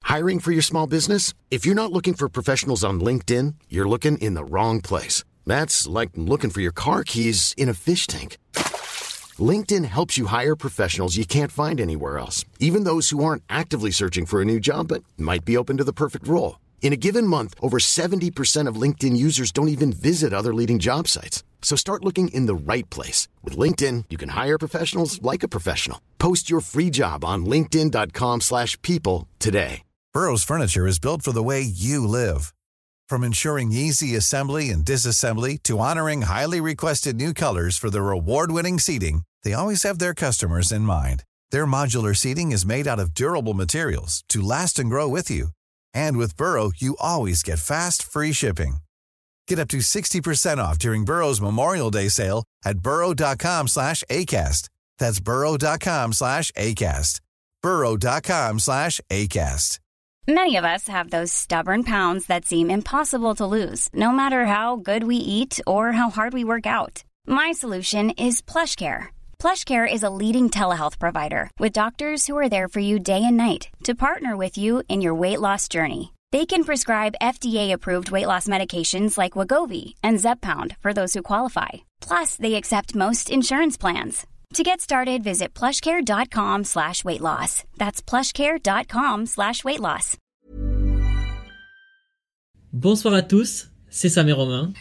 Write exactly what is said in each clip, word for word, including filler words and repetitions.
Hiring for your small business? If you're not looking for professionals on LinkedIn, you're looking in the wrong place. That's like looking for your car keys in a fish tank. LinkedIn helps you hire professionals you can't find anywhere else, even those who aren't actively searching for a new job but might be open to the perfect role. In a given month, over seventy percent of LinkedIn users don't even visit other leading job sites. So start looking in the right place. With LinkedIn, you can hire professionals like a professional. Post your free job on linkedin.com slash people today. Burrow's furniture is built for the way you live. From ensuring easy assembly and disassembly to honoring highly requested new colors for their award-winning seating, they always have their customers in mind. Their modular seating is made out of durable materials to last and grow with you. And with Burrow, you always get fast, free shipping. Get up to sixty percent off during Burrow's Memorial Day sale at burrow.com slash ACAST. That's burrow.com slash ACAST. burrow.com slash ACAST. Many of us have those stubborn pounds that seem impossible to lose, no matter how good we eat or how hard we work out. My solution is PlushCare. PlushCare is a leading telehealth provider with doctors who are there for you day and night to partner with you in your weight loss journey. They can prescribe F D A-approved weight loss medications like Wegovy and Zepbound for those who qualify. Plus, they accept most insurance plans. To get started, visit plushcare.com slash weight loss. That's plushcare.com slash weight loss. Bonsoir à tous, c'est Sam et Romain.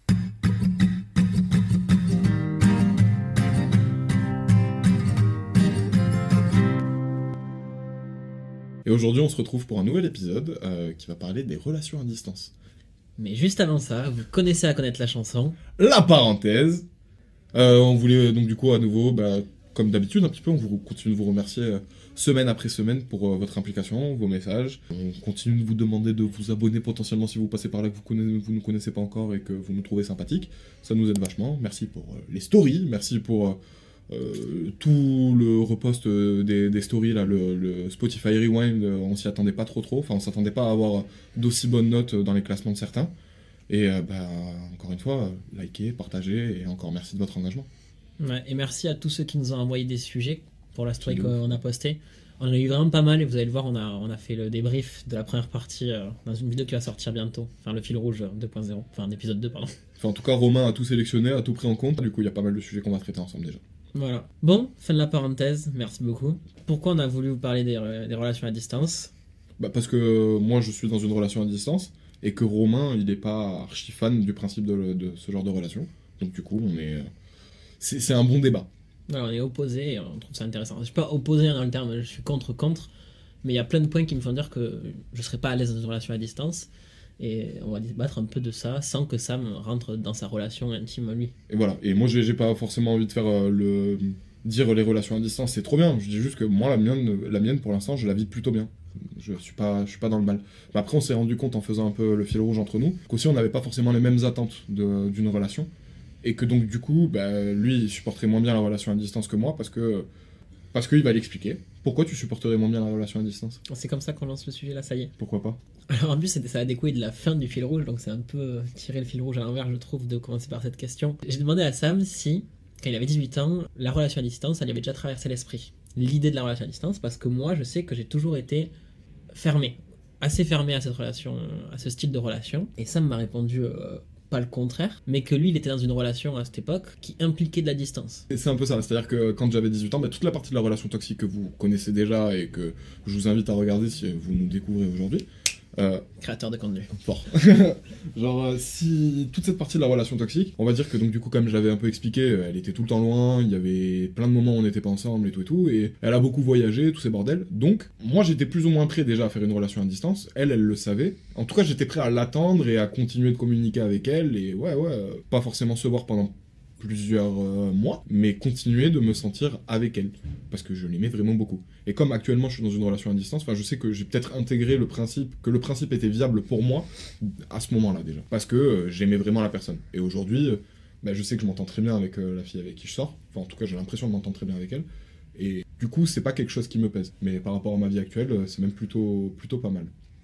Et aujourd'hui, on se retrouve pour un nouvel épisode euh, qui va parler des relations à distance. Mais juste avant ça, vous connaissez à connaître la chanson. La parenthèse. Euh, on voulait donc du coup à nouveau, bah, comme d'habitude un petit peu, on vous continue de vous remercier euh, semaine après semaine pour euh, votre implication, vos messages. On continue de vous demander de vous abonner potentiellement si vous passez par là que vous ne vous nous connaissez pas encore et que vous nous trouvez sympathique. Ça nous aide vachement. Merci pour euh, les stories, merci pour... Euh, Euh, tout le repost des, des stories là, le, le Spotify Rewind, on s'y attendait pas trop trop, enfin on s'attendait pas à avoir d'aussi bonnes notes dans les classements de certains, et euh, bah, encore une fois, likez, partagez, et encore merci de votre engagement. Ouais, et merci à tous ceux qui nous ont envoyé des sujets pour la story qu'on a postée. On en a eu vraiment pas mal, et vous allez le voir, on a, on a fait le débrief de la première partie euh, dans une vidéo qui va sortir bientôt, enfin le fil rouge deux point zéro, enfin l'épisode deux pardon. Enfin en tout cas Romain a tout sélectionné, a tout pris en compte, du coup il y a pas mal de sujets qu'on va traiter ensemble déjà. Voilà. Bon, fin de la parenthèse, merci beaucoup. Pourquoi on a voulu vous parler des, des relations à distance ? Bah parce que moi je suis dans une relation à distance, et que Romain il est pas archi fan du principe de, de ce genre de relation. Donc du coup on est... C'est, c'est un bon débat. Alors, on est opposés et on trouve ça intéressant. Je suis pas opposé dans le terme, je suis contre-contre, mais il y a plein de points qui me font dire que je serais pas à l'aise dans une relation à distance. Et on va débattre un peu de ça sans que Sam rentre dans sa relation intime lui. Et voilà, et moi j'ai, j'ai pas forcément envie de faire euh, le... dire les relations à distance c'est trop bien, je dis juste que moi la mienne, la mienne pour l'instant je la vis plutôt bien. Je suis pas, je suis pas dans le mal. Mais après on s'est rendu compte en faisant un peu le fil rouge entre nous, qu'aussi on n'avait pas forcément les mêmes attentes de, d'une relation. Et que donc du coup, bah, lui il supporterait moins bien la relation à distance que moi parce que... Parce qu'il va l'expliquer. Pourquoi tu supporterais moins bien la relation à distance ? C'est comme ça qu'on lance le sujet là, ça y est. Pourquoi pas ? Alors en plus ça a découlé de la fin du fil rouge, donc c'est un peu tirer le fil rouge à l'envers je trouve de commencer par cette question. J'ai demandé à Sam si, quand il avait dix-huit ans, la relation à distance, ça lui avait déjà traversé l'esprit. L'idée de la relation à distance, parce que moi je sais que j'ai toujours été fermé, assez fermé à cette relation, à ce style de relation. Et Sam m'a répondu... Euh, pas le contraire, mais que lui il était dans une relation à cette époque qui impliquait de la distance. Et c'est un peu ça, c'est-à-dire que quand j'avais dix-huit ans, bah, toute la partie de la relation toxique que vous connaissez déjà et que je vous invite à regarder si vous nous découvrez aujourd'hui. Euh, Créateur de contenu. Fort. Genre, euh, si toute cette partie de la relation toxique, on va dire que donc du coup, comme j'avais un peu expliqué, euh, elle était tout le temps loin, il y avait plein de moments où on n'était pas ensemble et tout et tout, et elle a beaucoup voyagé, tous ces bordels. Donc, moi j'étais plus ou moins prêt déjà à faire une relation à distance, elle, elle le savait. En tout cas, j'étais prêt à l'attendre et à continuer de communiquer avec elle, et ouais, ouais, euh, pas forcément se voir pendant plusieurs euh, mois, mais continuer de me sentir avec elle, parce que je l'aimais vraiment beaucoup. Et comme actuellement je suis dans une relation à distance, enfin je sais que j'ai peut-être intégré le principe, que le principe était viable pour moi à ce moment-là déjà, parce que euh, j'aimais vraiment la personne. Et aujourd'hui, euh, bah, je sais que je m'entends très bien avec euh, la fille avec qui je sors, enfin en tout cas j'ai l'impression de m'entendre très bien avec elle, et du coup c'est pas quelque chose qui me pèse. Mais par rapport à ma vie actuelle, euh, c'est même plutôt, plutôt pas mal.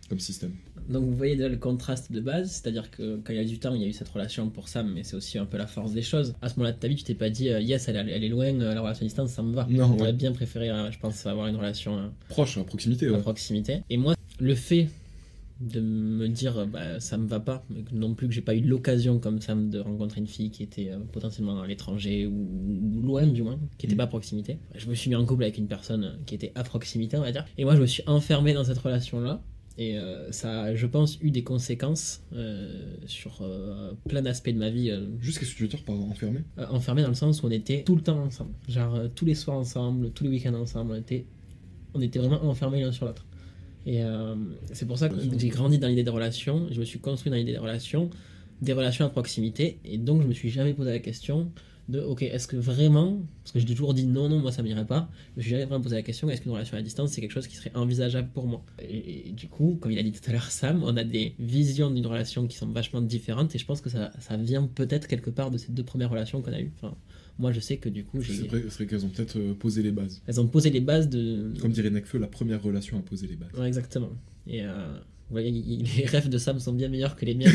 comme système. Donc vous voyez déjà le contraste de base, c'est-à-dire que quand il y a du temps, il y a eu cette relation pour Sam, mais c'est aussi un peu la force des choses. À ce moment-là de ta vie, tu t'es pas dit euh, yes, elle, elle est loin, euh, la relation à distance, ça me va. Non, J'aurais ouais. bien préféré, euh, je pense, avoir une relation euh, Proche, à proximité, à ouais. proximité. Et moi, le fait de me dire euh, bah, ça me va pas, mais non plus que j'ai pas eu l'occasion comme Sam de rencontrer une fille qui était euh, potentiellement à l'étranger ou, ou loin du moins, qui était Mm. pas à proximité. Je me suis mis en couple avec une personne qui était à proximité, on va dire. Et moi, je me suis enfermé dans cette relation-là. Et euh, ça a, je pense, eu des conséquences euh, sur euh, plein d'aspects de ma vie. Euh, Juste, qu'est-ce que tu veux dire par enfermé? euh, enfermé dans le sens où on était tout le temps ensemble. Genre euh, tous les soirs ensemble, tous les week-ends ensemble. On était, on était vraiment enfermés l'un sur l'autre. Et euh, c'est pour ça que j'ai grandi dans l'idée des relations. Je me suis construit dans l'idée des relations, des relations à proximité. Et donc, je me suis jamais posé la question de ok, est-ce que vraiment, parce que j'ai toujours dit non, non, moi ça m'irait pas, je me suis jamais vraiment posé la question, est-ce qu'une relation à distance c'est quelque chose qui serait envisageable pour moi? Et, et du coup, comme il a dit tout à l'heure Sam, on a des visions d'une relation qui sont vachement différentes et je pense que ça, ça vient peut-être quelque part de ces deux premières relations qu'on a eues. Enfin, moi je sais que du coup, j'ai... C'est vrai, c'est vrai qu'elles ont peut-être euh, posé les bases. elles ont posé les bases de... Comme dirait Nekfeu, la première relation a posé les bases. Ouais, exactement. Et euh, vous voyez, il- les rêves de Sam sont bien meilleurs que les miens.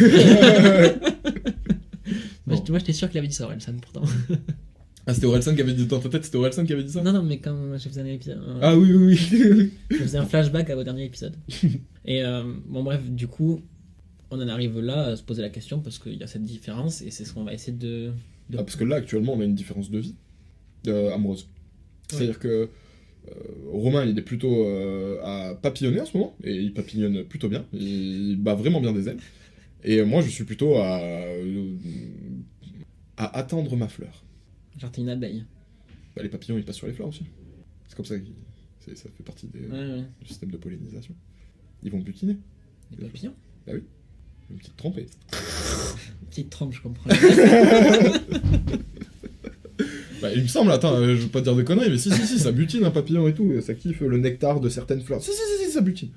Moi, Bon. je- moi, j'étais sûr qu'il avait dit ça, Orelsan, pourtant. Ah, c'était Orelsan qui avait dit dans ta tête, c'était Orelsan qui avait dit ça? Non, non, mais quand je faisais un épisode, un- Ah oui, oui, oui. je faisais un flashback à vos derniers épisodes. Et euh, bon, bref, du coup, on en arrive là à se poser la question parce qu'il y a cette différence et c'est ce qu'on va essayer de. de... Ah, parce que là, actuellement, on a une différence de vie euh, amoureuse. C'est-à-dire que euh, Romain, il est plutôt euh, à papillonner en ce moment, et il papillonne plutôt bien, il bat vraiment bien des ailes. Et moi, je suis plutôt à, euh, à attendre ma fleur. Genre, t'es une abeille. Bah, les papillons, ils passent sur les fleurs aussi. C'est comme ça que ça fait partie des, Ouais, ouais. du système de pollinisation. Ils vont butiner. Les papillons. Bah oui, une petite trompée. Petite trompe, je comprends. Bah, il me semble, attends, euh, je veux pas dire de conneries, mais si, si, si, ça butine un papillon et tout, ça kiffe le nectar de certaines fleurs. Si, si, si, si, ça butine.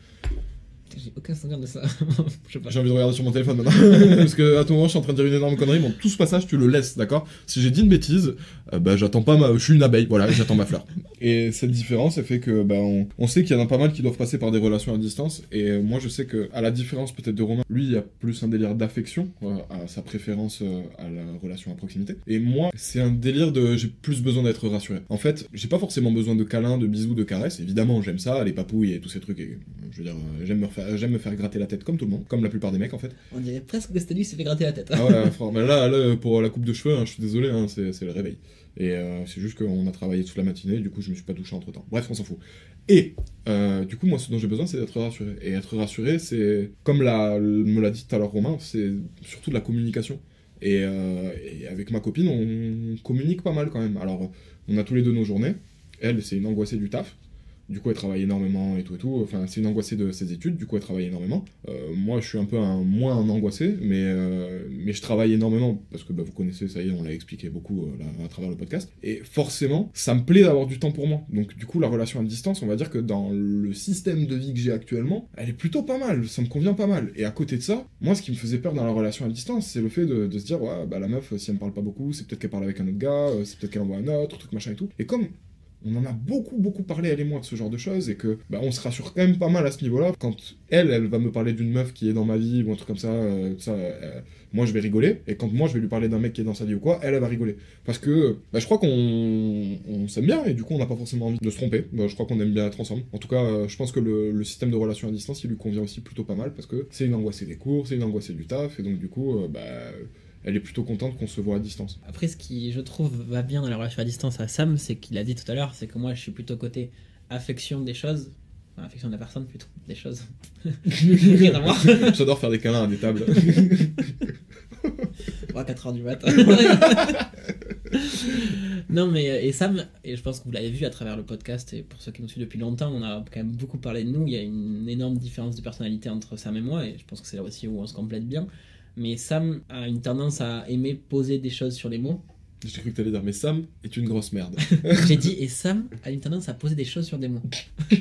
J'ai aucun souvenir de ça. Je sais pas. J'ai envie de regarder sur mon téléphone maintenant. Parce que à tout moment, je suis en train de dire une énorme connerie. Bon, tout ce passage, tu le laisses, d'accord? Si j'ai dit une bêtise, euh, bah, j'attends pas ma. Je suis une abeille, voilà, j'attends ma fleur. Et cette différence, elle fait que, bah, on, on sait qu'il y en a pas mal qui doivent passer par des relations à distance. Et euh, moi, je sais que, à la différence peut-être de Romain, lui, il y a plus un délire d'affection, euh, à sa préférence euh, à la relation à proximité. Et moi, c'est un délire de. J'ai plus besoin d'être rassuré. En fait, j'ai pas forcément besoin de câlins, de bisous, de caresses. Évidemment, j'aime ça, les papouilles et tous ces trucs. Et, je veux dire, euh, j'aime me, refaire- j'aime me faire gratter la tête comme tout le monde, comme la plupart des mecs en fait. On dirait presque que c'était lui qui s'est fait gratter la tête. Ah ouais, franchement, mais là, là, pour la coupe de cheveux, hein, je suis désolé, hein, c'est, c'est le réveil. Et euh, c'est juste qu'on a travaillé toute la matinée, du coup je me suis pas douché entre temps. Bref, on s'en fout. Et euh, du coup, moi, ce dont j'ai besoin, c'est d'être rassuré. Et être rassuré, c'est, comme la, me l'a dit tout à l'heure Romain, c'est surtout de la communication. Et, euh, et avec ma copine, on communique pas mal quand même. Alors, on a tous les deux nos journées. Elle, c'est une angoissée du taf. Du coup, elle travaille énormément et tout et tout. Enfin, c'est une angoissée de ses études, du coup, elle travaille énormément. Euh, moi, je suis un peu un, moins un angoissé, mais, euh, mais je travaille énormément, parce que bah, vous connaissez, ça y est, on l'a expliqué beaucoup euh, là, à travers le podcast. Et forcément, ça me plaît d'avoir du temps pour moi. Donc, du coup, la relation à distance, on va dire que dans le système de vie que j'ai actuellement, elle est plutôt pas mal, ça me convient pas mal. Et à côté de ça, moi, ce qui me faisait peur dans la relation à distance, c'est le fait de, de se dire, ouais, bah la meuf, si elle me parle pas beaucoup, c'est peut-être qu'elle parle avec un autre gars, euh, c'est peut-être qu'elle envoie un autre, truc machin et tout. Et comme on en a beaucoup, beaucoup parlé, elle et moi, de ce genre de choses, et que bah, on se rassure quand même pas mal à ce niveau-là. Quand elle, elle va me parler d'une meuf qui est dans ma vie, ou un truc comme ça, euh, ça euh, moi je vais rigoler, et quand moi je vais lui parler d'un mec qui est dans sa vie ou quoi, elle, elle va rigoler. Parce que bah, je crois qu'on on s'aime bien, et du coup on n'a pas forcément envie de se tromper. Bah, je crois qu'on aime bien être ensemble. En tout cas, euh, je pense que le, le système de relation à distance, il lui convient aussi plutôt pas mal, parce que c'est une angoissée des cours, c'est une angoissée du taf, et donc du coup, euh, bah... elle est plutôt contente qu'on se voit à distance. Après, ce qui, je trouve, va bien dans la relation à distance à Sam, c'est qu'il a dit tout à l'heure, c'est que moi, je suis plutôt côté affection des choses. Enfin, affection de la personne, plutôt. Des choses. Rien à voir. J'adore faire des câlins à des tables. À quatre heures du matin. Non, mais, et Sam, et je pense que vous l'avez vu à travers le podcast, et pour ceux qui nous suivent depuis longtemps, on a quand même beaucoup parlé de nous. Il y a une énorme différence de personnalité entre Sam et moi, et je pense que c'est là aussi où on se complète bien. Mais Sam a une tendance à aimer poser des choses sur les mots. J'ai cru que t'allais dire, mais Sam est une grosse merde. J'ai dit, et Sam a une tendance à poser des choses sur des mots.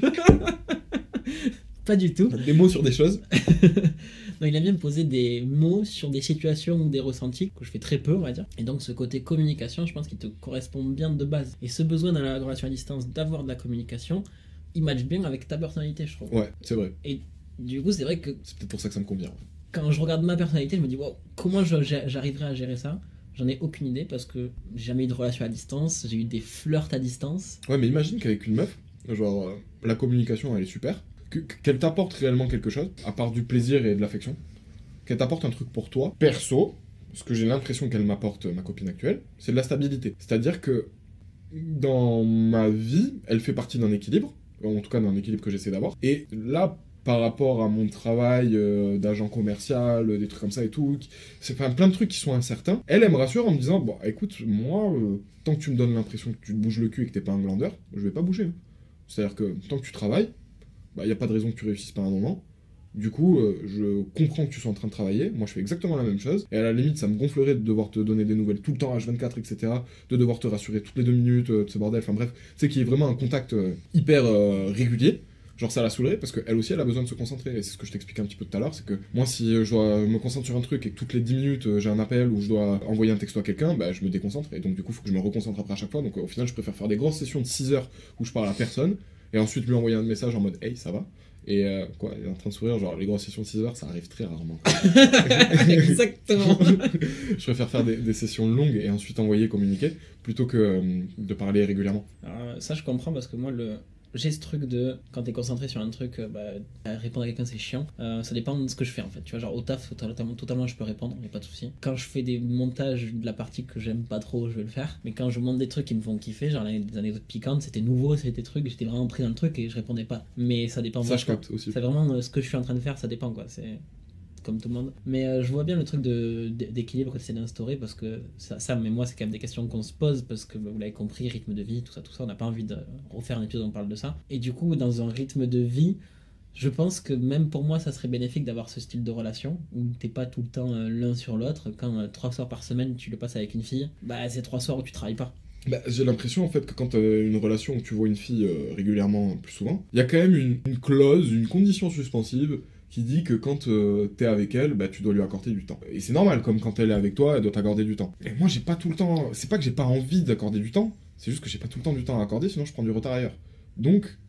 Pas du tout. Des mots sur des choses. Non, il aime bien me poser des mots sur des situations ou des ressentis que je fais très peu, on va dire. Et donc ce côté communication, je pense qu'il te correspond bien de base. Et ce besoin dans la relation à distance d'avoir de la communication, il match bien avec ta personnalité, je trouve. Ouais, c'est vrai. Et Du coup, c'est vrai que C'est peut-être pour ça que ça me convient. quand je regarde ma personnalité, je me dis, wow, comment je- j'arriverai à gérer ça? J'en ai aucune idée parce que j'ai jamais eu de relation à distance, j'ai eu des flirts à distance. Ouais, mais imagine qu'avec une meuf, genre, euh, la communication, elle est super, que- qu'elle t'apporte réellement quelque chose, à part du plaisir et de l'affection, qu'elle t'apporte un truc pour toi, perso, ce que j'ai l'impression qu'elle m'apporte, ma copine actuelle, c'est de la stabilité. C'est-à-dire que dans ma vie, elle fait partie d'un équilibre, en tout cas d'un équilibre que j'essaie d'avoir, et là, par rapport à mon travail euh, d'agent commercial, des trucs comme ça et tout, qui- c'est enfin, plein de trucs qui sont incertains, elle, elle me rassure en me disant, bon, écoute, moi, euh, tant que tu me donnes l'impression que tu te bouges le cul et que t'es pas un glandeur, je vais pas bouger. hein. C'est-à-dire que tant que tu travailles, bah, y a pas de raison que tu réussisses pas à un moment. Du coup, euh, je comprends que tu sois en train de travailler. Moi, je fais exactement la même chose. Et à la limite, ça me gonflerait de devoir te donner des nouvelles tout le temps, H vingt-quatre, et cetera. De devoir te rassurer toutes les deux minutes, euh, de ce bordel. Enfin bref, tu sais qu'il y ait vraiment un contact euh, hyper euh, régulier. Genre, ça la saoulerait parce qu'elle aussi, elle a besoin de se concentrer. Et c'est ce que je t'expliquais un petit peu tout à l'heure. C'est que moi, si euh, je dois me concentrer sur un truc et que toutes les dix minutes, euh, j'ai un appel ou je dois envoyer un texto à quelqu'un, bah, je me déconcentre. Et donc, du coup, il faut que je me reconcentre après à chaque fois. Donc, euh, au final, je préfère faire des grosses sessions de six heures où je parle à personne. Et ensuite, lui envoyer un message en mode hey, ça va. Et euh, quoi, il est en train de sourire, genre les grosses sessions de six heures, ça arrive très rarement. Exactement. Je préfère faire des, des sessions longues et ensuite envoyer, communiquer, plutôt que euh, de parler régulièrement. Alors, ça, je comprends parce que moi, le... j'ai ce truc de quand t'es concentré sur un truc, euh, bah, répondre à quelqu'un c'est chiant. Euh, ça dépend de ce que je fais en fait. Tu vois, genre au taf, totalement, totalement je peux répondre, y a pas de souci. Quand je fais des montages de la partie que j'aime pas trop, je vais le faire. Mais quand je monte des trucs qui me font kiffer, genre des anecdotes piquantes, c'était nouveau, c'était des trucs, j'étais vraiment pris dans le truc et je répondais pas. Mais ça dépend. Ça, je capte aussi. C'est vraiment euh, ce que je suis en train de faire, ça dépend quoi. C'est comme tout le monde. Mais euh, je vois bien le truc de, d'équilibre que tu essaies d'instaurer parce que ça, ça, mais moi, c'est quand même des questions qu'on se pose parce que bah, vous l'avez compris, rythme de vie, tout ça, tout ça, on n'a pas envie de refaire un épisode où on parle de ça. Et du coup, dans un rythme de vie, je pense que même pour moi, ça serait bénéfique d'avoir ce style de relation où t'es pas tout le temps euh, l'un sur l'autre. Quand euh, trois soirs par semaine, tu le passes avec une fille, bah c'est trois soirs où tu travailles pas. Bah, j'ai l'impression en fait que quand tu as une relation où tu vois une fille euh, régulièrement plus souvent, il y a quand même une, une clause, une condition suspensive qui dit que quand euh, t'es avec elle, bah tu dois lui accorder du temps. Et c'est normal, comme quand elle est avec toi, elle doit t'accorder du temps. Et moi j'ai pas tout le temps, c'est pas que j'ai pas envie d'accorder du temps, c'est juste que j'ai pas tout le temps du temps à accorder, sinon je prends du retard ailleurs. Donc...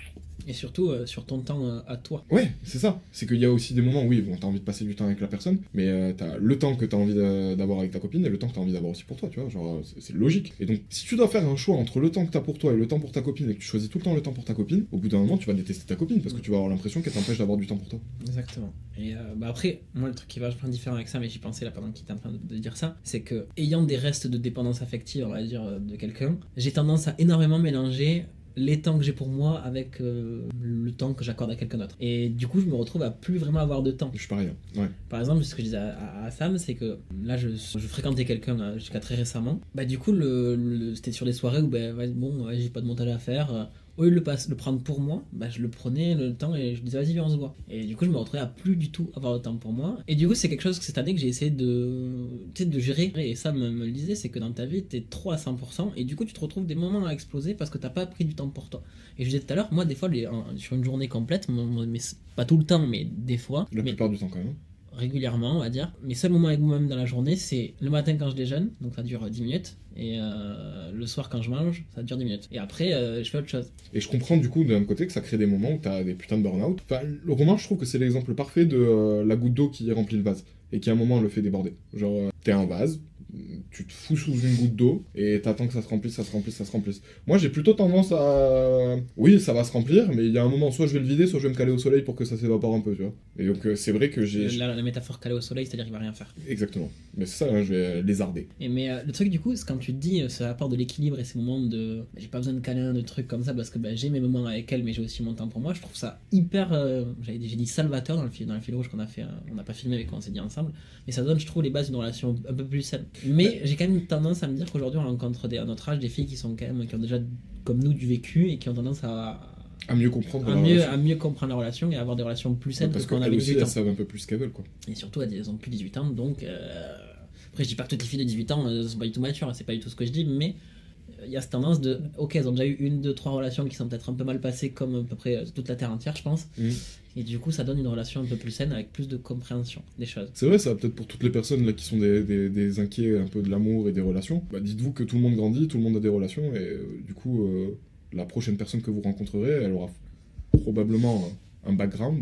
Et surtout euh, sur ton temps euh, à toi. Ouais, c'est ça. C'est qu'il y a aussi des moments, oui, bon, t'as envie de passer du temps avec la personne, mais euh, t'as le temps que t'as envie de- d'avoir avec ta copine et le temps que t'as envie d'avoir aussi pour toi, tu vois, genre, c'est, c'est logique. Et donc, si tu dois faire un choix entre le temps que t'as pour toi et le temps pour ta copine et que tu choisis tout le temps le temps pour ta copine, au bout d'un moment, tu vas détester ta copine parce que tu vas avoir l'impression qu'elle t'empêche d'avoir du temps pour toi. Exactement. Et euh, bah après, moi le truc qui est vachement différent avec ça, mais j'y pensais là pendant qu'il était en train de, de dire ça, c'est que ayant des restes de dépendance affective, on va dire, euh, de quelqu'un, j'ai tendance à énormément mélanger les temps que j'ai pour moi avec euh, le temps que j'accorde à quelqu'un d'autre. Et du coup, je me retrouve à plus vraiment avoir de temps. Je suis pareil, hein. Ouais. Par exemple, ce que je disais à, à- à Sam, c'est que là, je, je fréquentais quelqu'un là, jusqu'à très récemment. Bah, du coup, le, le- c'était sur des soirées où, bah, ouais, bon, ouais, j'ai pas de montage à faire. euh, Au lieu de le, pas- le prendre pour moi, bah, je le prenais le temps et je disais, vas-y, viens, on se voit. Et du coup, je me retrouvais à plus du tout avoir de temps pour moi. Et du coup, c'est quelque chose que cette année que j'ai essayé de, tu sais, de gérer. Et Sam me, me le disait, c'est que dans ta vie, t'es trop à cent pour cent. Et du coup, tu te retrouves des moments à exploser parce que t'as pas pris du temps pour toi. Et je disais tout à l'heure, moi, des fois, les, en- sur une journée complète, mon- mon- mais c'est pas tout le temps, mais des fois, La mais plupart du temps quand même. régulièrement, on va dire. Mes seuls moments avec moi-même dans la journée, c'est le matin quand je déjeune, donc ça dure dix minutes, et euh, le soir quand je mange, ça dure dix minutes. Et après, euh, je fais autre chose. Et je comprends du coup d'un côté que ça crée des moments où t'as des putains de burn-out. Enfin, le roman, je trouve que c'est l'exemple parfait de euh, la goutte d'eau qui remplit le vase et qui à un moment le fait déborder. Genre, euh, t'es un vase, tu te fous sous une goutte d'eau et t'attends que ça se remplisse, ça se remplisse, ça se remplisse. Moi, j'ai plutôt tendance à... Oui, ça va se remplir, mais il y a un moment, soit je vais le vider, soit je vais me caler au soleil pour que ça s'évapore un peu, tu vois. Et donc, euh, c'est vrai que j'ai... La, la métaphore calée au soleil, c'est-à-dire qu'il va rien faire. Exactement. Mais c'est ça, hein, je vais lézarder. Et mais euh, le truc du coup, c'est quand tu te dis euh, ce rapport de l'équilibre et ces moments de bah, j'ai pas besoin de câlin, de trucs comme ça parce que bah, j'ai mes moments avec elle, mais j'ai aussi mon temps pour moi. Je trouve ça hyper, euh, j'avais j'ai dit salvateur dans le film, dans le fil rouge qu'on a fait, euh, on n'a pas filmé mais qu'on s'est dit ensemble. Mais ça donne, je trouve, les bases d'une relation un peu plus saine. Mais j'ai quand même tendance à me dire qu'aujourd'hui on rencontre des, à notre âge des filles qui sont quand même qui ont déjà comme nous du vécu et qui ont tendance à À mieux comprendre à la mieux, relation. à mieux comprendre la relation et à avoir des relations plus saines Ouais, parce que quand on qu'elles avait aussi, dix-huit elles ans. savent un peu plus ce qu'elles veulent, quoi. Et surtout, elles ont plus dix-huit ans, donc... Euh... Après, je dis pas que toutes les filles de dix-huit ans euh, sont pas du tout matures, hein, c'est pas du tout ce que je dis, mais il y a cette tendance de... Ok, elles ont déjà eu une, deux, trois relations qui sont peut-être un peu mal passées, comme à peu près euh, toute la Terre entière, je pense. Mhm. Et du coup, ça donne une relation un peu plus saine, avec plus de compréhension des choses. C'est vrai, ça, peut-être pour toutes les personnes là qui sont des, des, des inquiets un peu de l'amour et des relations, bah dites-vous que tout le monde grandit, tout le monde a des relations, et euh, du coup, euh, la prochaine personne que vous rencontrerez, elle aura probablement un background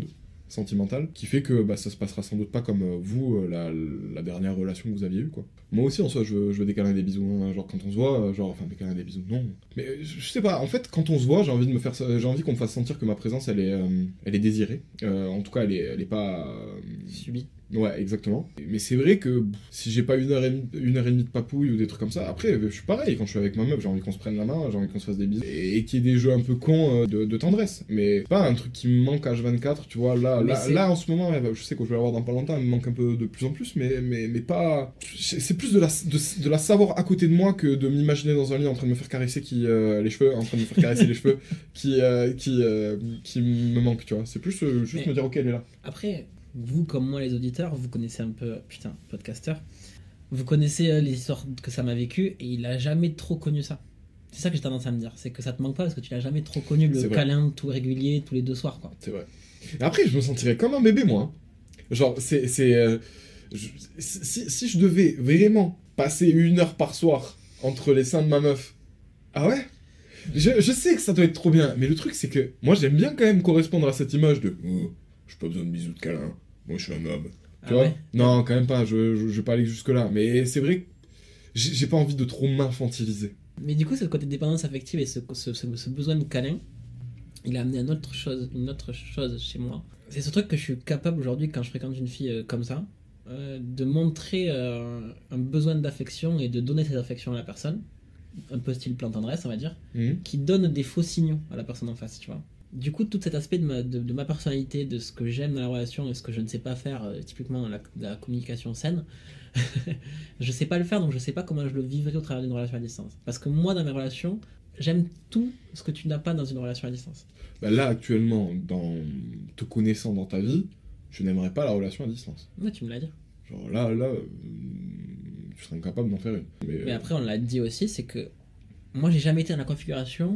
sentimentale, qui fait que bah, ça se passera sans doute pas comme euh, vous, euh, la, la dernière relation que vous aviez eue, quoi. Moi aussi, en soi, je veux, je veux des câlins et des bisous, hein, genre quand on se voit, euh, genre, enfin, des câlins et des bisous, non. Mais euh, je, je sais pas, en fait, quand on se voit, j'ai envie de me faire, j'ai envie qu'on me fasse sentir que ma présence, elle est, euh, elle est désirée. Euh, en tout cas, elle est, elle est pas... Euh, Subie. Ouais, exactement. Mais c'est vrai que si j'ai pas une heure, et demie, une heure et demie de papouille ou des trucs comme ça, après, je suis pareil, quand je suis avec ma meuf, j'ai envie qu'on se prenne la main, j'ai envie qu'on se fasse des bisous, et, et qu'il y ait des jeux un peu cons euh, de, de tendresse. Mais pas un truc qui me manque à H vingt-quatre, tu vois, là, là, là, en ce moment, je sais que je vais l'avoir dans pas longtemps, elle me manque un peu de plus en plus, mais, mais, mais pas... C'est plus de la, de, de la savoir à côté de moi que de m'imaginer dans un lit en train de me faire caresser qui, euh, les cheveux, en train de me faire caresser les cheveux, qui, euh, qui, euh, qui me manque, tu vois. C'est plus euh, juste mais me dire, ok, elle est là. Après... Vous, comme moi, les auditeurs, vous connaissez un peu... Putain, podcasteur. Vous connaissez euh, les histoires que ça m'a vécu et il a jamais trop connu ça. C'est ça que j'ai tendance à me dire. C'est que ça te manque pas parce que tu l'as jamais trop connu, le câlin tout régulier, tous les deux soirs, quoi. C'est vrai. Et après, je me sentirais comme un bébé, moi. Genre, c'est... c'est euh, je, si, si je devais vraiment passer une heure par soir entre les seins de ma meuf... Ah ouais je, je sais que ça doit être trop bien, mais le truc, c'est que moi, j'aime bien quand même correspondre à cette image de... Oh, j'ai pas besoin de bisous de câlin. Moi, je suis un homme. Tu ah vois ouais. Non, quand même pas. Je, je, je vais pas aller jusque-là. Mais c'est vrai que j'ai, j'ai pas envie de trop m'infantiliser. Mais du coup, ce côté de dépendance affective et ce, ce, ce, ce besoin de câlin, il a amené une autre chose, une autre chose chez moi. C'est ce truc que je suis capable aujourd'hui, quand je fréquente une fille euh, comme ça, euh, de montrer euh, un besoin d'affection et de donner cette affection à la personne, un peu style plan tendresse, on va dire, mmh. qui donne des faux signaux à la personne en face, tu vois. Du coup, tout cet aspect de ma, de, de ma personnalité, de ce que j'aime dans la relation et ce que je ne sais pas faire, euh, typiquement la, la communication saine, je sais pas le faire, donc je sais pas comment je le vivrai au travers d'une relation à distance. Parce que moi, dans mes relations, j'aime tout ce que tu n'as pas dans une relation à distance. Bah là, actuellement, dans te connaissant dans ta vie, je n'aimerais pas la relation à distance. Ouais, tu me l'as dit. Genre là, là, euh, tu serais incapable d'en faire une. Mais, Mais euh... après, on l'a dit aussi, c'est que moi, j'ai jamais été dans la configuration...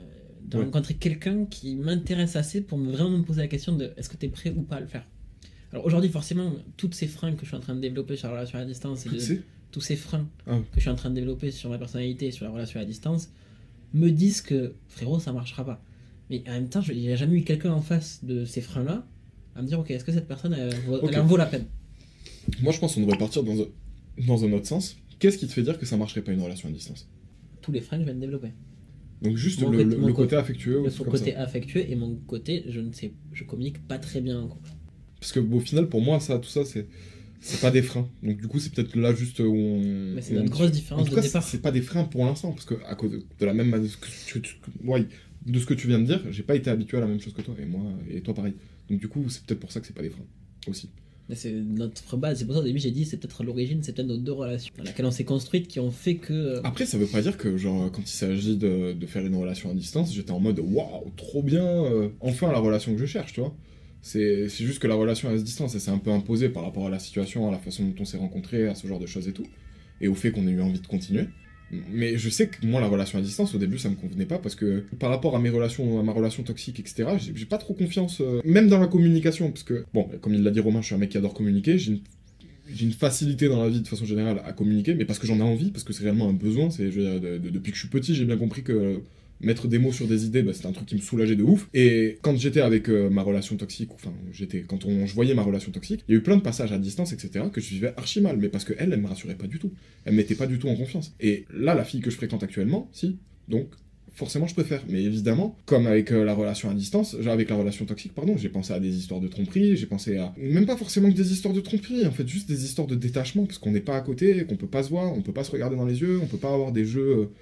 de ouais. rencontrer quelqu'un qui m'intéresse assez pour me vraiment me poser la question de est-ce que tu es prêt ou pas à le faire. Alors aujourd'hui, forcément, toutes ces freins que je suis en train de développer sur la relation à distance, et de, c'est... tous ces freins ah. que je suis en train de développer sur ma personnalité et sur la relation à distance, me disent que frérot, ça marchera pas. Mais en même temps, il n'y a jamais eu quelqu'un en face de ces freins-là à me dire ok, est-ce que cette personne, elle, okay. elle en vaut la peine. Moi, je pense qu'on devrait partir dans un, dans un autre sens. Qu'est-ce qui te fait dire que ça marcherait pas une relation à distance ? Tous les freins que je viens de développer. Donc juste le, côté, le, le côté affectueux. Le côté ça. affectueux et mon côté, je ne sais, je communique pas très bien en couple. Parce que bon, au final, pour moi, ça, tout ça, c'est, c'est pas des freins. Donc du coup, c'est peut-être là juste où on. Mais c'est une grosse différence en tout de cas, départ. C'est, c'est pas des freins pour l'instant, parce que à cause de, de la même de ce que tu, tu, ouais, de ce que tu viens de dire, j'ai pas été habitué à la même chose que toi et moi et toi pareil. Donc du coup, c'est peut-être pour ça que c'est pas des freins aussi. Mais c'est notre base, c'est pour ça au début j'ai dit c'est peut-être l'origine, c'est peut-être nos deux relations dans laquelle on s'est construite qui ont fait que... Après ça veut pas dire que genre quand il s'agit de, de faire une relation à distance, j'étais en mode waouh, trop bien, euh, enfin la relation que je cherche, tu vois. C'est, c'est juste que la relation à distance, elle s'est un peu imposée par rapport à la situation, à la façon dont on s'est rencontrés, à ce genre de choses et tout, et au fait qu'on ait eu envie de continuer. Mais je sais que moi, la relation à distance, au début, ça me convenait pas parce que par rapport à mes relations, à ma relation toxique, et cetera, j'ai, j'ai pas trop confiance, euh, même dans la communication, parce que, bon, comme il l'a dit Romain, je suis un mec qui adore communiquer, j'ai une, j'ai une facilité dans la vie de façon générale à communiquer, mais parce que j'en ai envie, parce que c'est réellement un besoin, c'est, je veux dire, de, de, depuis que je suis petit, j'ai bien compris que euh, mettre des mots sur des idées, bah, c'était un truc qui me soulageait de ouf. Et quand j'étais avec euh, ma relation toxique, enfin, j'étais, quand on, je voyais ma relation toxique, il y a eu plein de passages à distance, et cetera, que je vivais archi mal, mais parce qu'elle, elle me rassurait pas du tout. Elle me mettait pas du tout en confiance. Et là, la fille que je fréquente actuellement, si, donc, forcément, je préfère. Mais évidemment, comme avec euh, la relation à distance, genre avec la relation toxique, pardon, j'ai pensé à des histoires de tromperie, j'ai pensé à... Même pas forcément que des histoires de tromperie, en fait, juste des histoires de détachement, parce qu'on n'est pas à côté, qu'on peut pas se voir, on peut pas se regarder dans les yeux, on peut pas avoir des jeux... Euh,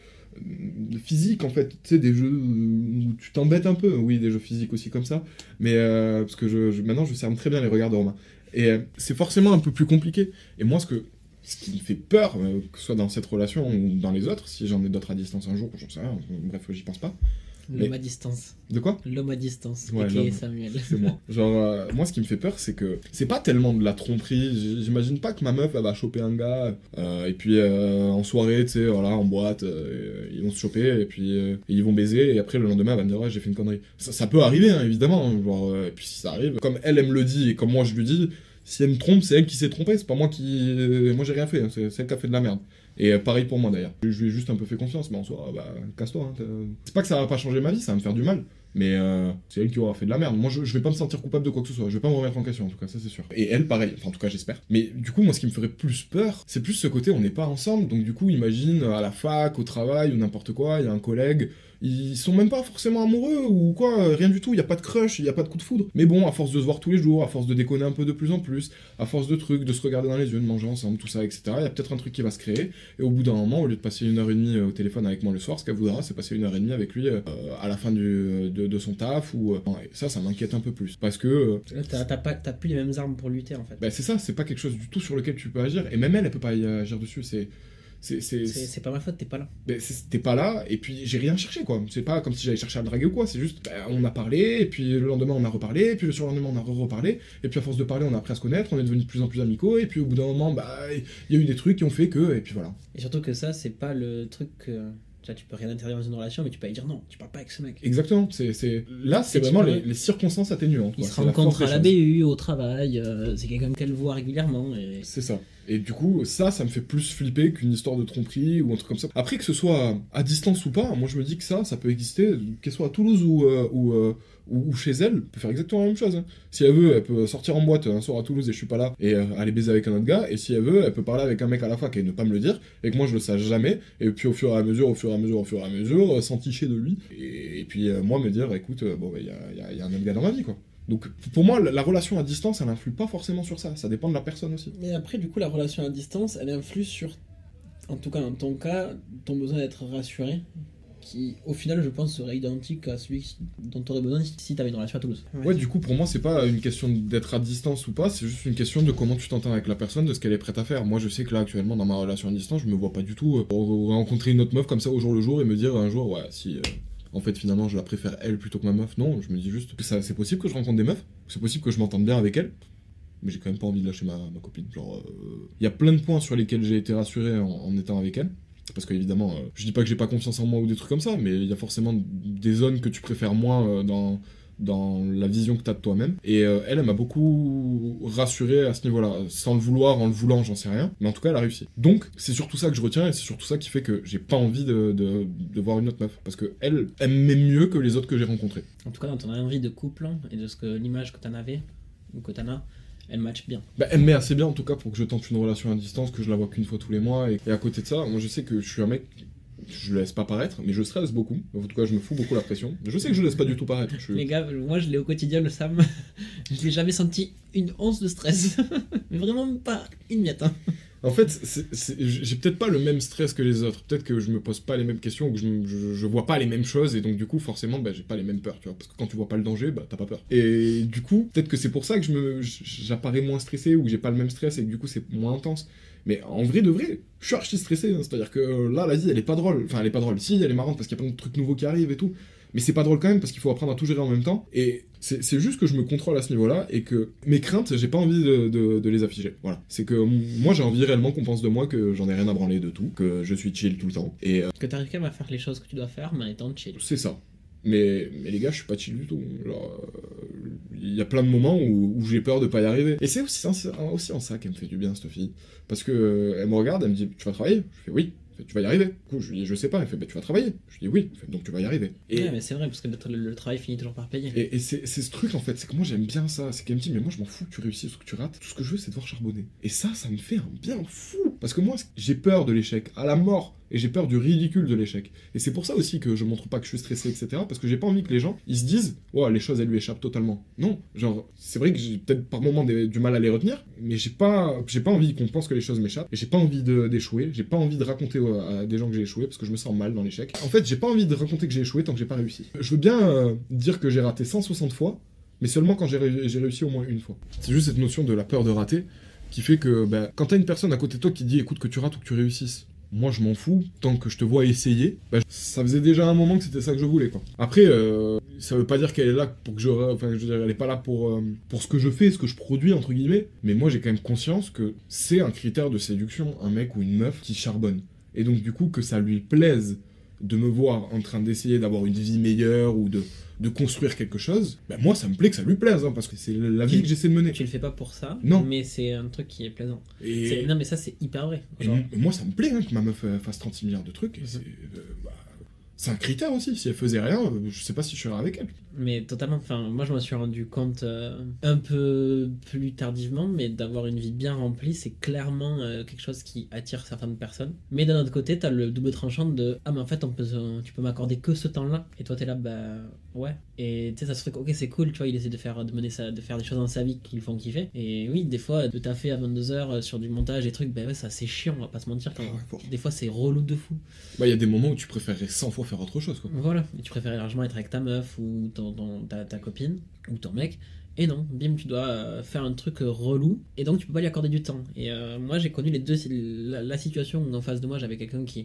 physique en fait, tu sais, des jeux où tu t'embêtes un peu, oui, des jeux physiques aussi comme ça, mais euh, parce que je, je, maintenant je cerne très bien les regards de Romain, et euh, c'est forcément un peu plus compliqué, et moi ce que ce qui me fait peur, euh, que ce soit dans cette relation ou dans les autres, si j'en ai d'autres à distance un jour, j'en sais rien, bref, j'y pense pas. L'homme mais... à distance. De quoi ? L'homme à distance, ouais, aka Samuel. C'est moi. Genre, euh, moi, ce qui me fait peur, c'est que c'est pas tellement de la tromperie. J'imagine pas que ma meuf, elle va choper un gars, euh, et puis euh, en soirée, tu sais, voilà, en boîte, euh, ils vont se choper, et puis euh, et ils vont baiser, et après, le lendemain, elle va me dire, ouais, j'ai fait une connerie. Ça, ça peut arriver, hein, évidemment. Genre, euh, et puis si ça arrive, comme elle, elle me le dit, et comme moi, je lui dis, si elle me trompe, c'est elle qui s'est trompée, c'est pas moi qui... Euh, moi, j'ai rien fait, hein, c'est, c'est elle qui a fait de la merde. Et pareil pour moi d'ailleurs. Je lui ai juste un peu fait confiance, mais en soi, bah, casse-toi. Hein, c'est pas que ça va pas changer ma vie, ça va me faire du mal. Mais euh, c'est elle qui aura fait de la merde. Moi, je, je vais pas me sentir coupable de quoi que ce soit. Je vais pas me remettre en question, en tout cas, ça c'est sûr. Et elle, pareil. Enfin, en tout cas, j'espère. Mais du coup, moi, ce qui me ferait plus peur, c'est plus ce côté, on n'est pas ensemble. Donc, du coup, imagine à la fac, au travail ou n'importe quoi, il y a un collègue. Ils sont même pas forcément amoureux ou quoi, rien du tout, il y a pas de crush, il y a pas de coup de foudre. Mais bon, à force de se voir tous les jours, à force de déconner un peu de plus en plus, à force de trucs, de se regarder dans les yeux, de manger ensemble, tout ça, et cetera, il y a peut-être un truc qui va se créer, et au bout d'un moment, au lieu de passer une heure et demie au téléphone avec moi le soir, ce qu'elle voudra, c'est passer une heure et demie avec lui euh, à la fin du, de, de son taf, ou... Euh, et ça, ça m'inquiète un peu plus, parce que... Euh, Là, t'as, t'as, pas, t'as plus les mêmes armes pour lutter, en fait. Bah c'est ça, c'est pas quelque chose du tout sur lequel tu peux agir, et même elle, elle peut pas y agir dessus, c'est... C'est, c'est, c'est, c'est pas ma faute, t'es pas là. Ben, t'es pas là, et puis j'ai rien cherché, quoi. C'est pas comme si j'allais chercher à le draguer ou quoi, c'est juste, ben, on a parlé, et puis le lendemain on a reparlé, et puis le surlendemain on a re-reparlé, et puis à force de parler on a appris à se connaître, on est devenus de plus en plus amicaux, et puis au bout d'un moment, bah, il y a eu des trucs qui ont fait que, et puis voilà. Et surtout que ça, c'est pas le truc que... Tu vois, tu peux rien interdire dans une relation, mais tu peux pas dire non, tu parles pas avec ce mec. Exactement, c'est, c'est... là c'est et vraiment peux... les, les circonstances atténuantes. Ils se rencontrent à la B U, au travail, euh, c'est quelqu'un qu'elle voit régulièrement. Et... C'est ça. Et du coup, ça, ça me fait plus flipper qu'une histoire de tromperie ou un truc comme ça. Après, que ce soit à distance ou pas, moi je me dis que ça, ça peut exister, qu'elle soit à Toulouse ou, euh, ou, euh, ou, ou chez elle, elle peut faire exactement la même chose. Hein. Si elle veut, elle peut sortir en boîte un soir à Toulouse et je suis pas là, et euh, aller baiser avec un autre gars, et si elle veut, elle peut parler avec un mec à la fac et ne pas me le dire, et que moi je le sache jamais, et puis au fur et à mesure, au fur et à mesure, au fur et à mesure, euh, s'enticher de lui, et, et puis euh, moi me dire, écoute, euh, bon, il bah, y, a, y, a, y a un autre gars dans ma vie, quoi. Donc pour moi, la relation à distance, elle influe pas forcément sur ça, ça dépend de la personne aussi. Mais après, du coup, la relation à distance, elle influe sur, en tout cas dans ton cas, ton besoin d'être rassuré, qui au final, je pense, serait identique à celui dont tu aurais besoin si tu avais une relation à Toulouse. Ouais, du coup, pour moi, c'est pas une question d'être à distance ou pas, c'est juste une question de comment tu t'entends avec la personne, de ce qu'elle est prête à faire. Moi, je sais que là, actuellement, dans ma relation à distance, je me vois pas du tout euh, rencontrer une autre meuf comme ça au jour le jour et me dire un jour, ouais, si... Euh... En fait, finalement, je la préfère elle plutôt que ma meuf. Non, je me dis juste que ça, c'est possible que je rencontre des meufs, c'est possible que je m'entende bien avec elles, mais j'ai quand même pas envie de lâcher ma, ma copine. Genre, il euh... y a plein de points sur lesquels j'ai été rassuré en, en étant avec elle. Parce qu'évidemment, euh, je dis pas que j'ai pas confiance en moi ou des trucs comme ça, mais il y a forcément des zones que tu préfères moins euh, dans, dans la vision que t'as de toi-même. Et euh, elle, elle m'a beaucoup rassuré à ce niveau-là. Sans le vouloir, en le voulant, j'en sais rien. Mais en tout cas, elle a réussi. Donc, c'est surtout ça que je retiens et c'est surtout ça qui fait que j'ai pas envie de, de, de voir une autre meuf. Parce que elle, elle m'aime mieux que les autres que j'ai rencontrées. En tout cas, dans ton envie de couple et de ce que l'image que t'en avais, ou que t'en as, elle match bien. Bah, elle met assez bien en tout cas pour que je tente une relation à distance, que je la vois qu'une fois tous les mois. Et, et à côté de ça, moi je sais que je suis un mec, je le laisse pas paraître, mais je stresse beaucoup. En tout cas, je me fous beaucoup la pression. Je sais que je laisse pas du tout paraître. Je... Les gars, moi je l'ai au quotidien, le Sam. Je l'ai jamais senti une once de stress. Mais vraiment pas une miette. Hein. En fait, c'est, c'est, j'ai peut-être pas le même stress que les autres. Peut-être que je me pose pas les mêmes questions ou que je, je, je vois pas les mêmes choses et donc du coup, forcément, bah, j'ai pas les mêmes peurs, tu vois. Parce que quand tu vois pas le danger, bah t'as pas peur. Et du coup, peut-être que c'est pour ça que je me, j'apparais moins stressé ou que j'ai pas le même stress et que du coup, c'est moins intense. Mais en vrai de vrai, je suis archi stressé. Hein. C'est-à-dire que là, la vie, elle est pas drôle. Enfin, elle est pas drôle. Si, elle est marrante parce qu'il y a plein de trucs nouveaux qui arrivent et tout. Mais c'est pas drôle quand même parce qu'il faut apprendre à tout gérer en même temps. Et c'est, c'est juste que je me contrôle à ce niveau-là et que mes craintes, j'ai pas envie de, de, de les afficher. Voilà. C'est que moi, j'ai envie réellement qu'on pense de moi que j'en ai rien à branler de tout, que je suis chill tout le temps. Et euh, que t'arrives quand même à faire les choses que tu dois faire, mais en étant chill. C'est ça. Mais, mais les gars, je suis pas chill du tout. Genre, il euh, y a plein de moments où, où j'ai peur de pas y arriver. Et c'est aussi, c'est aussi en ça qu'elle me fait du bien, cette fille. Parce que euh, elle me regarde, elle me dit, tu vas travailler ? Je fais oui. Tu vas y arriver. Du coup, je lui dis, je sais pas. Elle fait, bah, tu vas travailler. Je lui dis, oui. Fait, donc tu vas y arriver. Et ouais, mais c'est vrai, parce que le, le travail finit toujours par payer. Et, et c'est, c'est ce truc, en fait. C'est que moi, j'aime bien ça. C'est qu'elle me dit, mais moi, je m'en fous que tu réussisses ou que tu rates. Tout ce que je veux, c'est devoir charbonner. Et ça, ça me fait un bien fou. Parce que moi, j'ai peur de l'échec. À la mort. Et j'ai peur du ridicule de l'échec. Et c'est pour ça aussi que je montre pas que je suis stressé, et cetera. Parce que j'ai pas envie que les gens, ils se disent, ouais, les choses, elles lui échappent totalement. Non. Genre, c'est vrai que j'ai peut-être par moments des, du mal à les retenir, mais j'ai pas, j'ai pas envie qu'on pense que les choses m'échappent. Et j'ai pas envie de, d'échouer. J'ai pas envie de raconter à des gens que j'ai échoué parce que je me sens mal dans l'échec. En fait, j'ai pas envie de raconter que j'ai échoué tant que j'ai pas réussi. Je veux bien euh, dire que j'ai raté cent soixante fois, mais seulement quand j'ai, ré- j'ai réussi au moins une fois. C'est juste cette notion de la peur de rater qui fait que, bah, quand t'as une personne à côté de toi qui dit, écoute, que tu rates ou que tu réussisses, moi je m'en fous, tant que je te vois essayer, bah, ça faisait déjà un moment que c'était ça que je voulais, quoi. Après, euh, ça veut pas dire qu'elle est là pour que je... Enfin, je veux dire, elle est pas là pour, euh, pour ce que je fais, ce que je produis, entre guillemets, mais moi j'ai quand même conscience que c'est un critère de séduction, un mec ou une meuf qui charbonne. Et donc du coup, que ça lui plaise de me voir en train d'essayer d'avoir une vie meilleure ou de, de construire quelque chose, bah moi ça me plaît que ça lui plaise, hein, parce que c'est la vie tu, que j'essaie de mener. Tu le fais pas pour ça, non. Mais c'est un truc qui est plaisant. Et... C'est... Non mais ça c'est hyper vrai. Genre... Et moi ça me plaît hein, que ma meuf fasse trente-six milliards de trucs, et mm-hmm. c'est, euh, bah, c'est un critère aussi. Si elle faisait rien, euh, je sais pas si je serais avec elle. Mais totalement, enfin, moi je m'en suis rendu compte euh, un peu plus tardivement, mais d'avoir une vie bien remplie, c'est clairement euh, quelque chose qui attire certaines personnes. Mais d'un autre côté, t'as le double tranchant de ah, mais en fait, on peut, se- tu peux m'accorder que ce temps-là, et toi t'es là, bah ouais. Et tu sais, ça se fait que, ok, c'est cool, tu vois, il essaie de faire, de mener sa, de faire des choses dans sa vie qui le font kiffer. Et oui, des fois, de taffer à vingt-deux heures sur du montage et trucs, bah ouais, ça c'est chiant, on va pas se mentir. Quand Ah ouais, bon. Des fois, c'est relou de fou. Bah, il y a des moments où tu préférerais cent fois faire autre chose, quoi. Voilà, et tu préférais largement être avec ta meuf ou ton, ton- ta, ta copine ou ton mec, et non, bim, tu dois euh, faire un truc euh, relou, et donc tu peux pas lui accorder du temps. Et euh, moi j'ai connu les deux, la, la situation où en face de moi j'avais quelqu'un qui,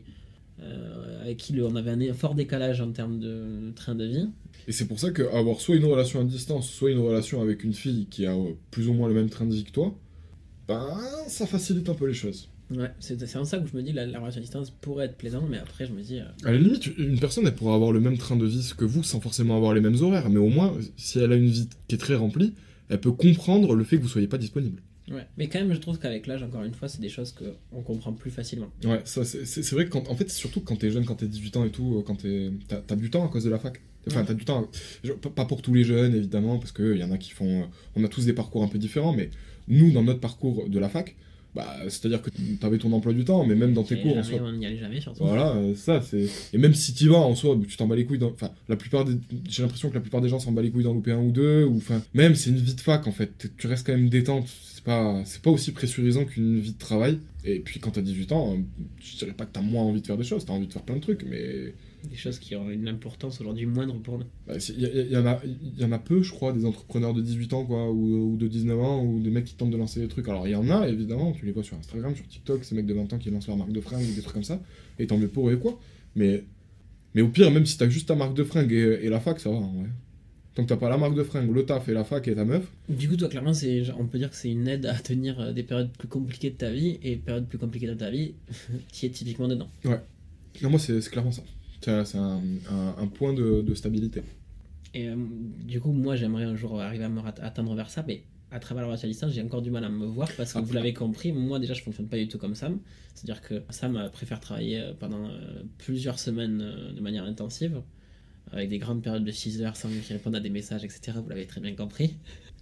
euh, avec qui le- on avait un fort décalage en termes de train de vie. Et c'est pour ça qu'avoir soit une relation à distance, soit une relation avec une fille qui a euh, plus ou moins le même train de vie que toi, ben, ça facilite un peu les choses. Ouais, c'est c'est en ça que je me dis la, la relation à distance pourrait être plaisante, mais après je me dis... euh, À la limite, une personne, elle pourra avoir le même train de vie que vous sans forcément avoir les mêmes horaires, mais au moins, si elle a une vie qui est très remplie, elle peut comprendre le fait que vous soyez pas disponible. Ouais, mais quand même je trouve qu'avec l'âge, encore une fois, c'est des choses qu'on comprend plus facilement. Ouais, ça, c'est c'est- c'est vrai que, quand, en fait, surtout quand t'es jeune, quand t'es dix-huit ans et tout, quand t'es- t'as t'as du temps à cause de la fac. Enfin, Ouais. t'as du temps, genre, pas- pas pour tous les jeunes, évidemment, parce qu'il y en a qui font... euh, On a tous des parcours un peu différents, mais nous, dans notre parcours de la fac, bah, c'est-à-dire que t'avais ton emploi du temps, mais même dans tes Et cours, en jamais, soi... on n'y allait jamais surtout. Voilà, euh, ça, c'est... Et même si t'y vas, en soi, tu t'en bats les couilles dans... Enfin, la plupart des... J'ai l'impression que la plupart des gens s'en bat les couilles d'en louper un ou deux, ou... Enfin, même, c'est une vie de fac, en fait. Tu restes quand même détente. C'est pas... c'est pas aussi pressurisant qu'une vie de travail. Et puis, quand t'as dix-huit ans, euh, je dirais pas que t'as moins envie de faire des choses. T'as envie de faire plein de trucs, mais... Des choses qui ont une importance aujourd'hui moindre pour nous. Bah, il y, y- y en a, y en a peu, je crois, des entrepreneurs de dix-huit ans, quoi, ou, ou de dix-neuf ans, ou des mecs qui tentent de lancer des trucs. Alors, il y en a, évidemment, tu les vois sur Instagram, sur TikTok, ces mecs de vingt ans qui lancent leur marque de fringues, des trucs comme ça, et tant mieux pour eux, et quoi. Mais, mais au pire, même si t'as juste ta marque de fringues et, et la fac, ça va, en vrai. Tant que t'as pas la marque de fringues, le taf et la fac et ta meuf, Du coup, toi, clairement, c'est, genre, on peut dire que c'est une aide à tenir euh, des périodes plus compliquées de ta vie, et périodes plus compliquées de ta vie, qui est typiquement dedans. non, moi, c'est c'est clairement ça. C'est c'est un, un- un point de, de stabilité. Et euh, du coup, moi, j'aimerais un jour arriver à me rat- atteindre vers ça, mais à travers la relation à distance, j'ai encore du mal à me voir, parce que Ah. vous l'avez compris, moi, déjà, je fonctionne pas du tout comme Sam. C'est-à-dire que Sam euh, préfère travailler euh, pendant euh, plusieurs semaines euh, de manière intensive, avec des grandes périodes de six heures sans qu'il réponde à des messages, et cetera. Vous l'avez très bien compris.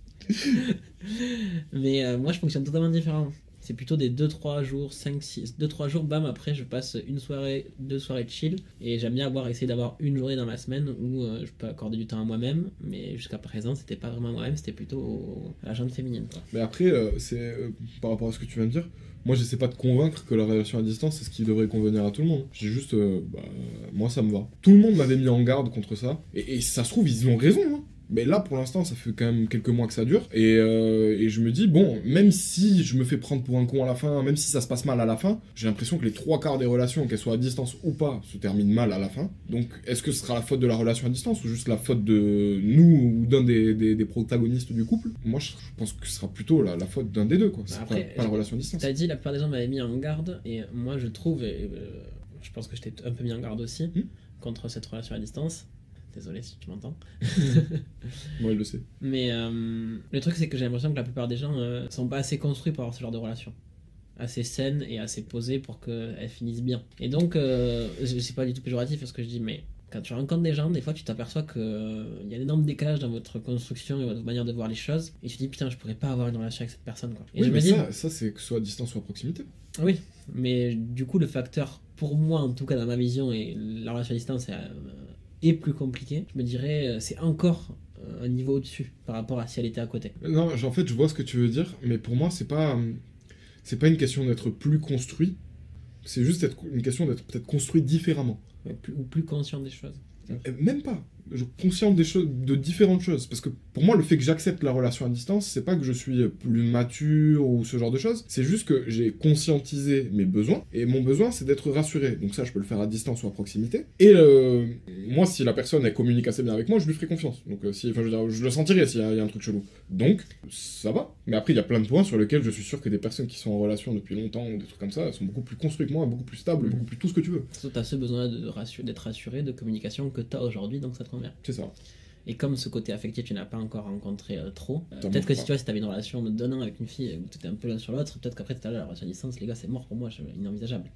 Mais euh, moi, je fonctionne totalement différent. C'est plutôt des deux trois jours, cinq six, deux trois jours, bam, après je passe une soirée, deux soirées de chill. Et j'aime bien avoir, essayer d'avoir une journée dans la semaine où euh, je peux accorder du temps à moi-même. Mais jusqu'à présent, c'était pas vraiment moi-même, c'était plutôt au- à la gente féminine, quoi. Mais après, euh, c'est euh, par rapport à ce que tu viens de dire, moi j'essaie pas de convaincre que la relation à distance c'est ce qui devrait convenir à tout le monde. J'ai juste, euh, bah, moi ça me va. Tout le monde m'avait mis en garde contre ça, et, et ça se trouve, ils ont raison, hein. Mais là, pour l'instant, ça fait quand même quelques mois que ça dure. Et, euh, et je me dis, bon, même si je me fais prendre pour un con à la fin, même si ça se passe mal à la fin, j'ai l'impression que les trois quarts des relations, qu'elles soient à distance ou pas, se terminent mal à la fin. Donc, est-ce que ce sera la faute de la relation à distance ou juste la faute de nous ou d'un des, des, des protagonistes du couple? Moi, je pense que ce sera plutôt la, la faute d'un des deux, quoi. C'est Bah après, pas, pas la relation à distance. T'as dit, la plupart des gens m'avaient mis en garde, et moi je trouve, et euh, je pense que je t'ai un peu mis en garde aussi, Hmm. contre cette relation à distance. Désolé si tu m'entends. Moi, il le sait. Mais euh, le truc, c'est que j'ai l'impression que la plupart des gens euh, sont pas assez construits pour avoir ce genre de relation. Assez saines et assez posées pour qu'elles finissent bien. Et donc, euh, c'est pas du tout péjoratif ce que je dis, mais quand tu rencontres des gens, des fois tu t'aperçois qu'il y a un énorme décalage dans votre construction et votre manière de voir les choses. Et tu te dis, putain, je pourrais pas avoir une relation avec cette personne, quoi. Et Oui, je me mais dis, ça, ça c'est que ce soit à distance ou à proximité. oui, mais du coup, le facteur, pour moi en tout cas dans ma vision, et la relation à distance est, euh, est plus compliqué, je me dirais, euh, c'est encore euh, un niveau au-dessus par rapport à si elle était à côté. Non, en fait, je vois ce que tu veux dire, mais pour moi, c'est pas, euh, c'est pas une question d'être plus construit, c'est juste être, une question d'être peut-être construit différemment. Ouais, plus- ou plus conscient des choses. Euh, Même pas. Je conscient des choses, de différentes choses. Parce que pour moi, le fait que j'accepte la relation à distance, c'est pas que je suis plus mature ou ce genre de choses. C'est juste que j'ai conscientisé mes besoins. Et mon besoin, c'est d'être rassuré. Donc ça, je peux le faire à distance ou à proximité. Et euh, moi, si la personne, elle communique assez bien avec moi, je lui ferai confiance. Donc euh, si, enfin, je, veux dire, je le sentirai s'il y, a- il y a un truc chelou. Donc, ça va. Mais après, il y a plein de points sur lesquels je suis sûr que des personnes qui sont en relation depuis longtemps ou des trucs comme ça, elles sont beaucoup plus construites que moi, beaucoup plus stables, Mhm. beaucoup plus tout ce que tu veux. Surtout, t'as ce besoin de rassu- d'être rassuré, de communication que t'as aujourd'hui, donc ça te convient. C'est ça. Et comme ce côté affectif, tu n'as pas encore rencontré euh, trop, euh, T'en peut-être manques que pas. si tu vois, si t'avais une relation de donnant avec une fille où t'étais un peu l'un sur l'autre, peut-être qu'après t'étais là, la relation à distance, les gars, c'est mort pour moi, c'est inenvisageable.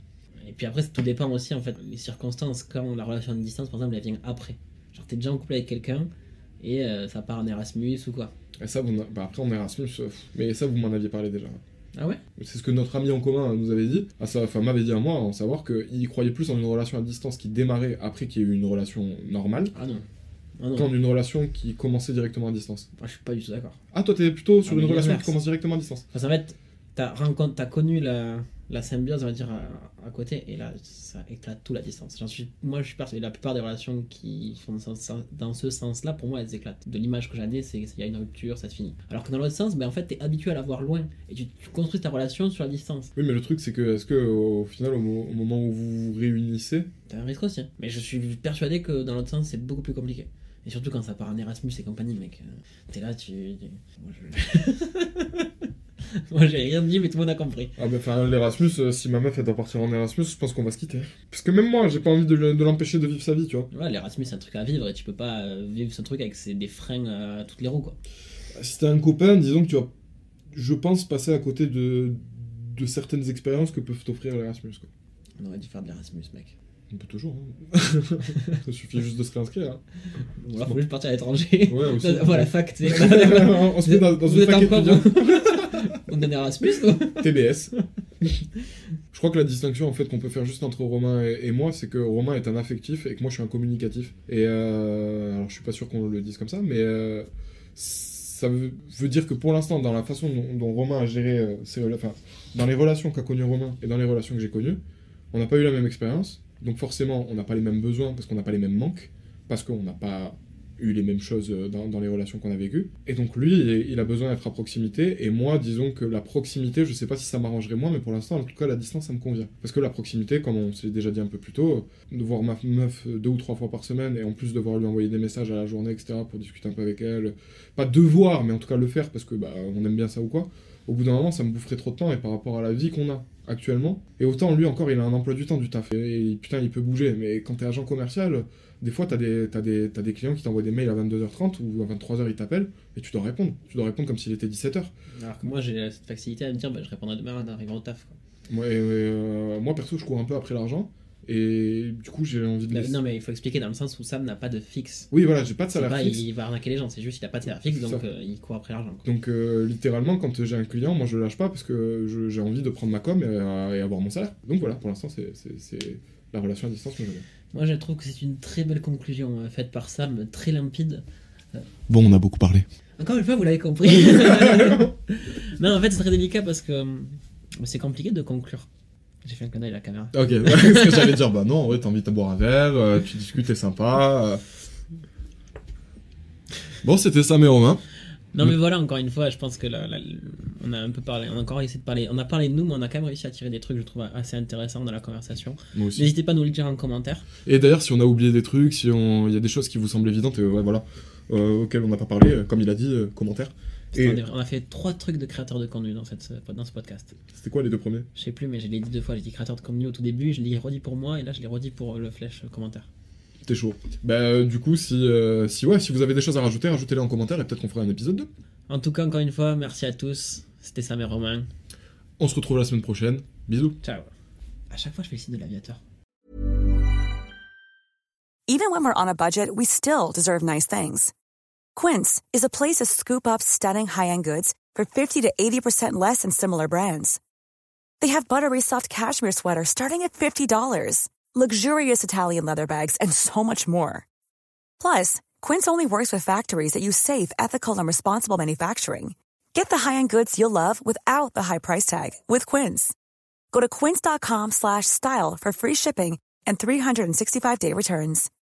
Et puis après, tout dépend aussi, en fait, les circonstances. Quand la relation à distance, par exemple, elle vient après. Genre, t'es déjà en couple avec quelqu'un et euh, ça part en Erasmus ou quoi. Et ça, vous, bah après, en Erasmus, euh, mais ça, vous m'en aviez parlé déjà. Ah ouais? C'est ce que notre ami en commun nous avait dit, à ça, enfin m'avait dit à moi, en savoir qu'il croyait plus en une relation à distance qui démarrait après qu'il y ait eu une relation normale, Ah non. Ah non. qu'en une relation qui commençait directement à distance. Moi, je suis pas du tout d'accord. Ah, toi, t'es plutôt sur Ah, mais une relation l'inverse. qui commence directement à distance. Enfin, ça va être, t'as, rencontre, t'as connu la, la symbiose, on va dire, à, à côté, et là, ça éclate tout la distance. J'en suis, moi, je suis persuadé, la plupart des relations qui font dans ce, dans ce sens-là, pour moi, elles éclatent. De l'image que j'en ai, c'est qu'il y a une rupture, ça se finit. Alors que dans l'autre sens, ben, en fait, t'es habitué à la voir loin, et tu, tu construis ta relation sur la distance. Oui, mais le truc, c'est que, est-ce que au final, au, mo- au moment où vous vous réunissez, T'as un risque aussi, hein. Mais je suis persuadé que dans l'autre sens, c'est beaucoup plus compliqué. Et surtout quand ça part en Erasmus et compagnie, mec. Euh, T'es là, tu... tu- Moi, je... Moi, j'ai rien dit, mais tout le monde a compris. ah bah enfin l'Erasmus, euh, si ma meuf elle doit partir en Erasmus, je pense qu'on va se quitter. Parce que même moi, j'ai pas envie de, le- de l'empêcher de vivre sa vie, tu vois. Ouais, l'Erasmus, c'est un truc à vivre et tu peux pas euh, vivre ce truc avec ses- des freins à toutes les roues, quoi. Si t'as un copain, disons que tu vas, je pense, passer à côté de, de certaines expériences que peuvent t'offrir l'Erasmus, quoi. On aurait dû faire de l'Erasmus, mec. On peut toujours, hein. Ça suffit juste de se réinscrire, hein. Ou alors, faut juste partir à l'étranger. Ouais, aussi. Voilà, fac, tu sais. On se met dans, dans Vous une êtes fac en quoi, étudiante. vous On donne Erasmus, quoi. T B S. Je crois que la distinction en fait qu'on peut faire juste entre Romain et, et moi, c'est que Romain est un affectif et que moi je suis un communicatif. Et euh, alors je suis pas sûr qu'on le dise comme ça, mais euh, ça veut, veut dire que pour l'instant, dans la façon dont, dont Romain a géré euh, ses rela- enfin, dans les relations qu'a connues Romain et dans les relations que j'ai connues, on n'a pas eu la même expérience. Donc forcément, on n'a pas les mêmes besoins parce qu'on n'a pas les mêmes manques, parce qu'on n'a pas eu les mêmes choses dans, dans les relations qu'on a vécues. Et donc lui, il a besoin d'être à proximité, et moi, disons que la proximité, je sais pas si ça m'arrangerait moi, mais pour l'instant, en tout cas, la distance, ça me convient. Parce que la proximité, comme on s'est déjà dit un peu plus tôt, de voir ma meuf deux ou trois fois par semaine, et en plus devoir lui envoyer des messages à la journée, et cetera, pour discuter un peu avec elle, pas devoir, mais en tout cas le faire, parce que bah, on aime bien ça ou quoi, au bout d'un moment, ça me boufferait trop de temps, et par rapport à la vie qu'on a actuellement, et autant lui encore, il a un emploi du temps du taf, et, et putain, il peut bouger, mais quand t'es agent commercial, des fois, t'as des, t'as des, t'as des clients qui t'envoient des mails à vingt-deux heures trente ou à vingt-trois heures, ils t'appellent, et tu dois répondre. Tu dois répondre comme s'il était dix-sept heures. Alors que moi, j'ai cette facilité à me dire, bah, je répondrai demain en arrivant au taf, quoi. Moi, et, euh, moi, perso, je cours un peu après l'argent, et du coup, j'ai envie de... Non, laisser- non, mais il faut expliquer dans le sens où Sam n'a pas de fixe. Oui, voilà, j'ai pas de C'est salaire pas, fixe. il va arnaquer les gens, c'est juste qu'il a pas de salaire fixe, C'est donc ça. euh, il court après l'argent, quoi. Donc, euh, littéralement, quand j'ai un client, moi, je le lâche pas parce que je- j'ai envie de prendre ma com et, euh, et avoir mon salaire. Donc voilà, pour l'instant, c'est, c'est, c'est la relation à distance. Mais Moi, je trouve que c'est une très belle conclusion euh, faite par Sam, très limpide. bon, on a beaucoup parlé. Encore une fois, vous l'avez compris. Non, en fait, c'est très délicat parce que euh, c'est compliqué de conclure. J'ai fait un clin d'œil à la caméra. Ok, ce que j'allais dire, bah non, ouais, t'as envie de boire un verre, euh, tu discutes, t'es sympa. euh. Bon, c'était ça, mes Romains. Non, mais voilà, encore une fois, je pense que là, là, on a un peu parlé, on a encore essayé de parler, on a parlé de nous, mais on a quand même réussi à tirer des trucs, je trouve, assez intéressants dans la conversation. Moi aussi. N'hésitez pas à nous le dire en commentaire. Et d'ailleurs, si on a oublié des trucs, si on... il y a des choses qui vous semblent évidentes, euh, ouais, voilà, euh, auxquelles on n'a pas parlé, euh, comme il a dit, euh, commentaire. Et On a- On a fait trois trucs de créateurs de contenu dans, cette, dans ce podcast. c'était quoi les deux premiers? Je sais plus, mais je l'ai dit deux fois, j'ai dit créateur de contenu au tout début, je l'ai redit pour moi, et là je l'ai redit pour le flèche commentaire. T'es chaud. Bah, euh, du coup, si, euh, si, ouais, si vous avez des choses à rajouter, rajoutez-les en commentaire et peut-être qu'on fera un épisode deux. En tout cas, encore une fois, merci à tous. C'était Sam et Romain. On se retrouve la semaine prochaine. Bisous. Ciao. À chaque fois, je fais le signe de l'aviateur. Even when we're on a budget, we still deserve nice things. Quince is a place to scoop up stunning high-end goods for fifty to eighty percent less than similar brands. They have buttery soft cashmere sweaters starting at fifty dollars, luxurious Italian leather bags, and so much more. Plus, Quince only works with factories that use safe, ethical, and responsible manufacturing. Get the high-end goods you'll love without the high price tag with Quince. Go to quince.com slash style for free shipping and three sixty-five day returns.